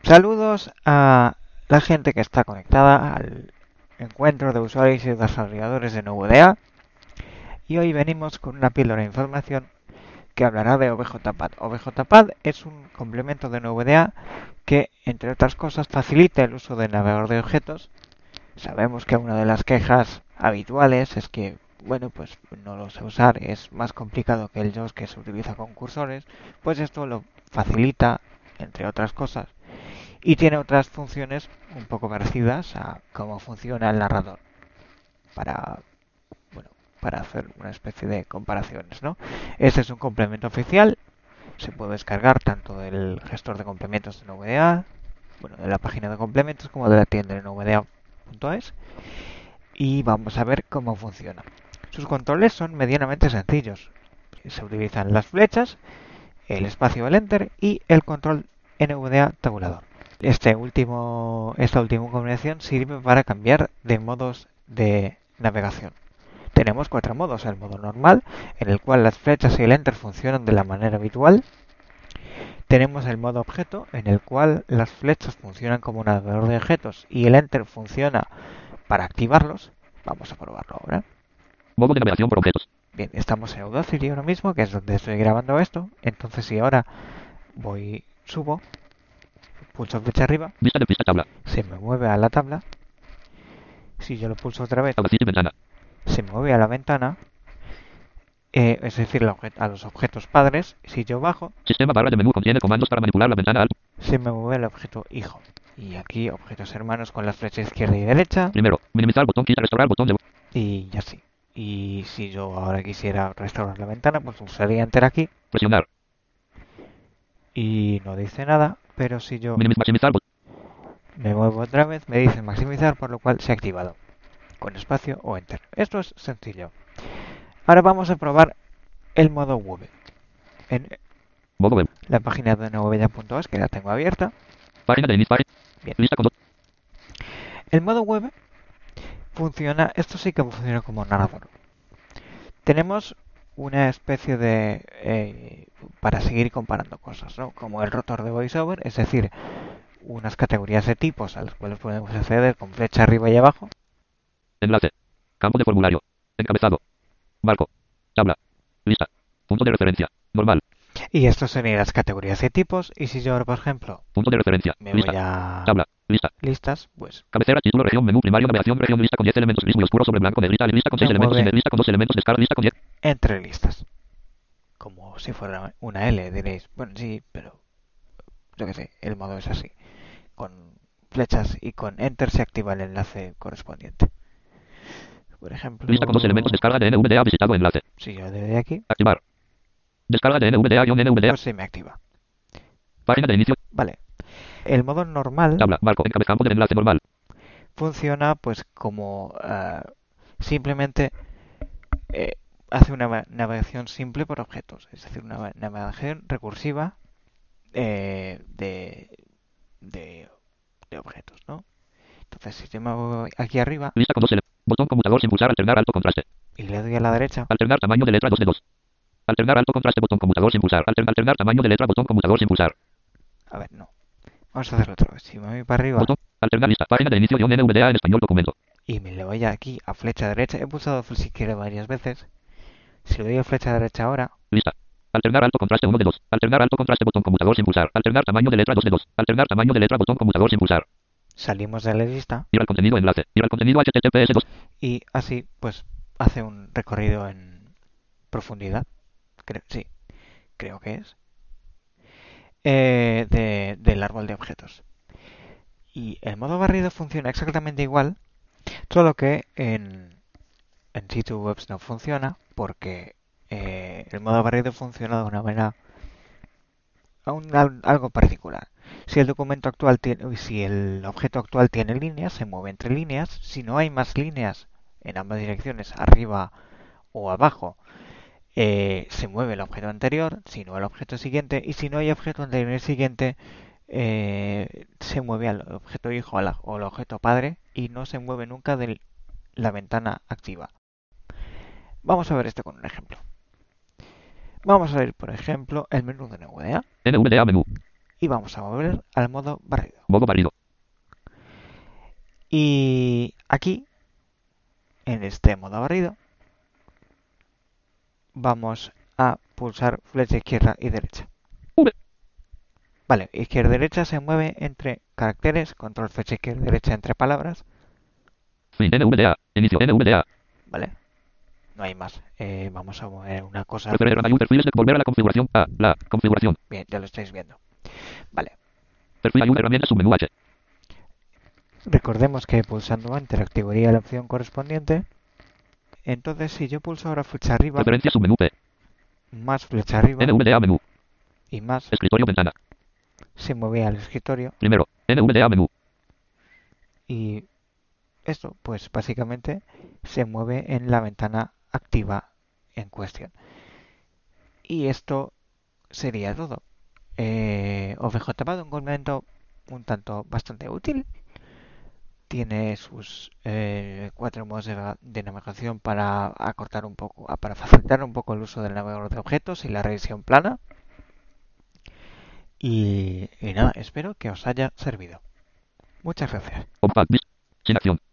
Saludos a la gente que está conectada al encuentro de usuarios y desarrolladores de NVDA y hoy venimos con una píldora de información que hablará de OBJPath. OBJPath es un complemento de NVDA que, entre otras cosas, facilita el uso del navegador de objetos. Sabemos que una de las quejas habituales es que, bueno, pues no lo sé usar, es más complicado que el JAWS que se utiliza con cursores, pues esto lo facilita, entre otras cosas, y tiene otras funciones un poco parecidas a cómo funciona el narrador para, bueno, para hacer una especie de comparaciones, ¿no? Este es un complemento oficial, se puede descargar tanto del gestor de complementos de NVDA, bueno, de la página de complementos como de la tienda de NVDA.es, y vamos a ver cómo funciona. Sus controles son medianamente sencillos. Se utilizan las flechas, el espacio del enter y el control NVDA tabulador. Esta última combinación sirve para cambiar de modos de navegación. Tenemos cuatro modos: el modo normal, en el cual las flechas y el enter funcionan de la manera habitual. Tenemos el modo objeto, en el cual las flechas funcionan como un navegador de objetos y el enter funciona para activarlos. Vamos a probarlo ahora. Modo de navegación por objetos. Bien, estamos en Audacity ahora mismo, que es donde estoy grabando esto. Entonces, si ahora subo, pulso flecha arriba, Vista de pista tabla. se me mueve a la tabla. Si yo lo pulso otra vez, Audacity ventana. se me mueve a la ventana, es decir, a los objetos padres. Si yo bajo, Sistema barra de menú contiene comandos para manipular la ventana alt. se me mueve el objeto hijo. Y aquí objetos hermanos con las flechas izquierda y derecha. Primero, minimizar botón, quitar, restaurar botón de... Y así. Y si yo ahora quisiera restaurar la ventana, pues pulsaría enter aquí. Presionar. Y no dice nada, pero si yo Maximizar botón. me muevo otra vez, me dice maximizar, por lo cual se ha activado. Con espacio o enter. Esto es sencillo. Ahora vamos a probar el modo web. En Modo web. la página de nvda.es, que la tengo abierta. Página de inicio. Bien. Lista con... El modo web funciona, esto sí que funciona como narrador. Tenemos una especie de para seguir comparando cosas, ¿no? Como el rotor de VoiceOver, es decir, unas categorías de tipos a las cuales podemos acceder con flecha arriba y abajo. Enlace. Campo de formulario. Encabezado. Marco. Tabla. Lista. Punto de referencia. Normal. Y esto serían las categorías de tipos. Y si yo ahora, por ejemplo, Punto de referencia. me Lista. voy a Tabla. Lista. listas, pues Cabecera, título, región, menú, primario, navegación, región, lista con 10 elementos, gris muy oscuro sobre blanco, negrita, lista con 6 me elementos, mueve lista con 2 elementos, descarga, lista con 10. entre listas. Como si fuera una L, diréis. Bueno, sí, pero yo qué sé, el modo es así. Con flechas y con enter se activa el enlace correspondiente. Por ejemplo, Lista con 2 elementos, descarga de NVDA, visitado enlace. si yo le doy aquí, Activar. Descarga de NVDA-NVDA. pues se me activa. Página de inicio. Vale. El modo normal Tabla, marco, campo de enlace normal. funciona pues como simplemente eh, hace una navegación simple por objetos. Es decir, una navegación recursiva de, de, de objetos, ¿no? Entonces, si yo me voy aquí arriba Lista con 2 elementos. Botón conmutador sin pulsar, alternar alto contraste. y le doy a la derecha, Alternar tamaño de letra 2 de 2. Alternar alto contraste, botón conmutador sin pulsar. Alternar tamaño de letra, botón conmutador sin pulsar. a ver, no. Vamos a hacerlo otra vez. Si me voy para arriba Botón. Alternar lista. Página de inicio NVDA en español documento. y me le voy aquí a flecha derecha, he pulsado flecha izquierda varias veces. Si le doy a flecha derecha ahora, Lista. Alternar alto contraste 1 de 2. Alternar alto contraste, botón conmutador sin pulsar. Alternar tamaño de letra 2 de 2. Alternar tamaño de letra, botón conmutador sin pulsar. salimos de la lista Ir al contenido enlace. Ir al contenido HTTPS 2. y así pues hace un recorrido en profundidad. Sí, creo que es. Del árbol de objetos. Y el modo barrido funciona exactamente igual, solo que en sitio webs no funciona porque el modo barrido funciona de una manera algo particular. Si el documento actual tiene, si el objeto actual tiene líneas, se mueve entre líneas. Si no hay más líneas en ambas direcciones, arriba o abajo, se mueve el objeto anterior, si no el objeto siguiente, y si no hay objeto anterior y siguiente, se mueve al objeto hijo o al objeto padre y no se mueve nunca de la ventana activa. Vamos a ver esto con un ejemplo. Vamos a ver, por ejemplo, el menú de NVDA. NVDA menú. y vamos a volver al modo barrido. Modo barrido. Y aquí, en este modo barrido, vamos a pulsar flecha izquierda y derecha. V. Vale, izquierda y derecha se mueve entre caracteres, control flecha izquierda y derecha entre palabras. Fin. NVDA. Inicio. NVDA. Vale, no hay más. Vamos a mover una cosa. Volver a la configuración. La configuración. Bien, ya lo estáis viendo. Vale. Perfil ayuda herramienta submenú H. Recordemos que pulsando Enter activaría la opción correspondiente. Entonces, si yo pulso ahora flecha arriba, Preferencia submenú P. más flecha arriba NVDA menú. y más, Escritorio ventana. se mueve al escritorio. Primero. NVDA menú. Y esto, pues básicamente, se mueve en la ventana activa en cuestión. Y esto sería todo. OBJPad, un complemento un tanto bastante útil. Tiene sus 4 modos de navegación para acortar un poco, para facilitar un poco el uso del navegador de objetos y la revisión plana. Y nada, espero que os haya servido. Muchas gracias. Compact. Sin acción.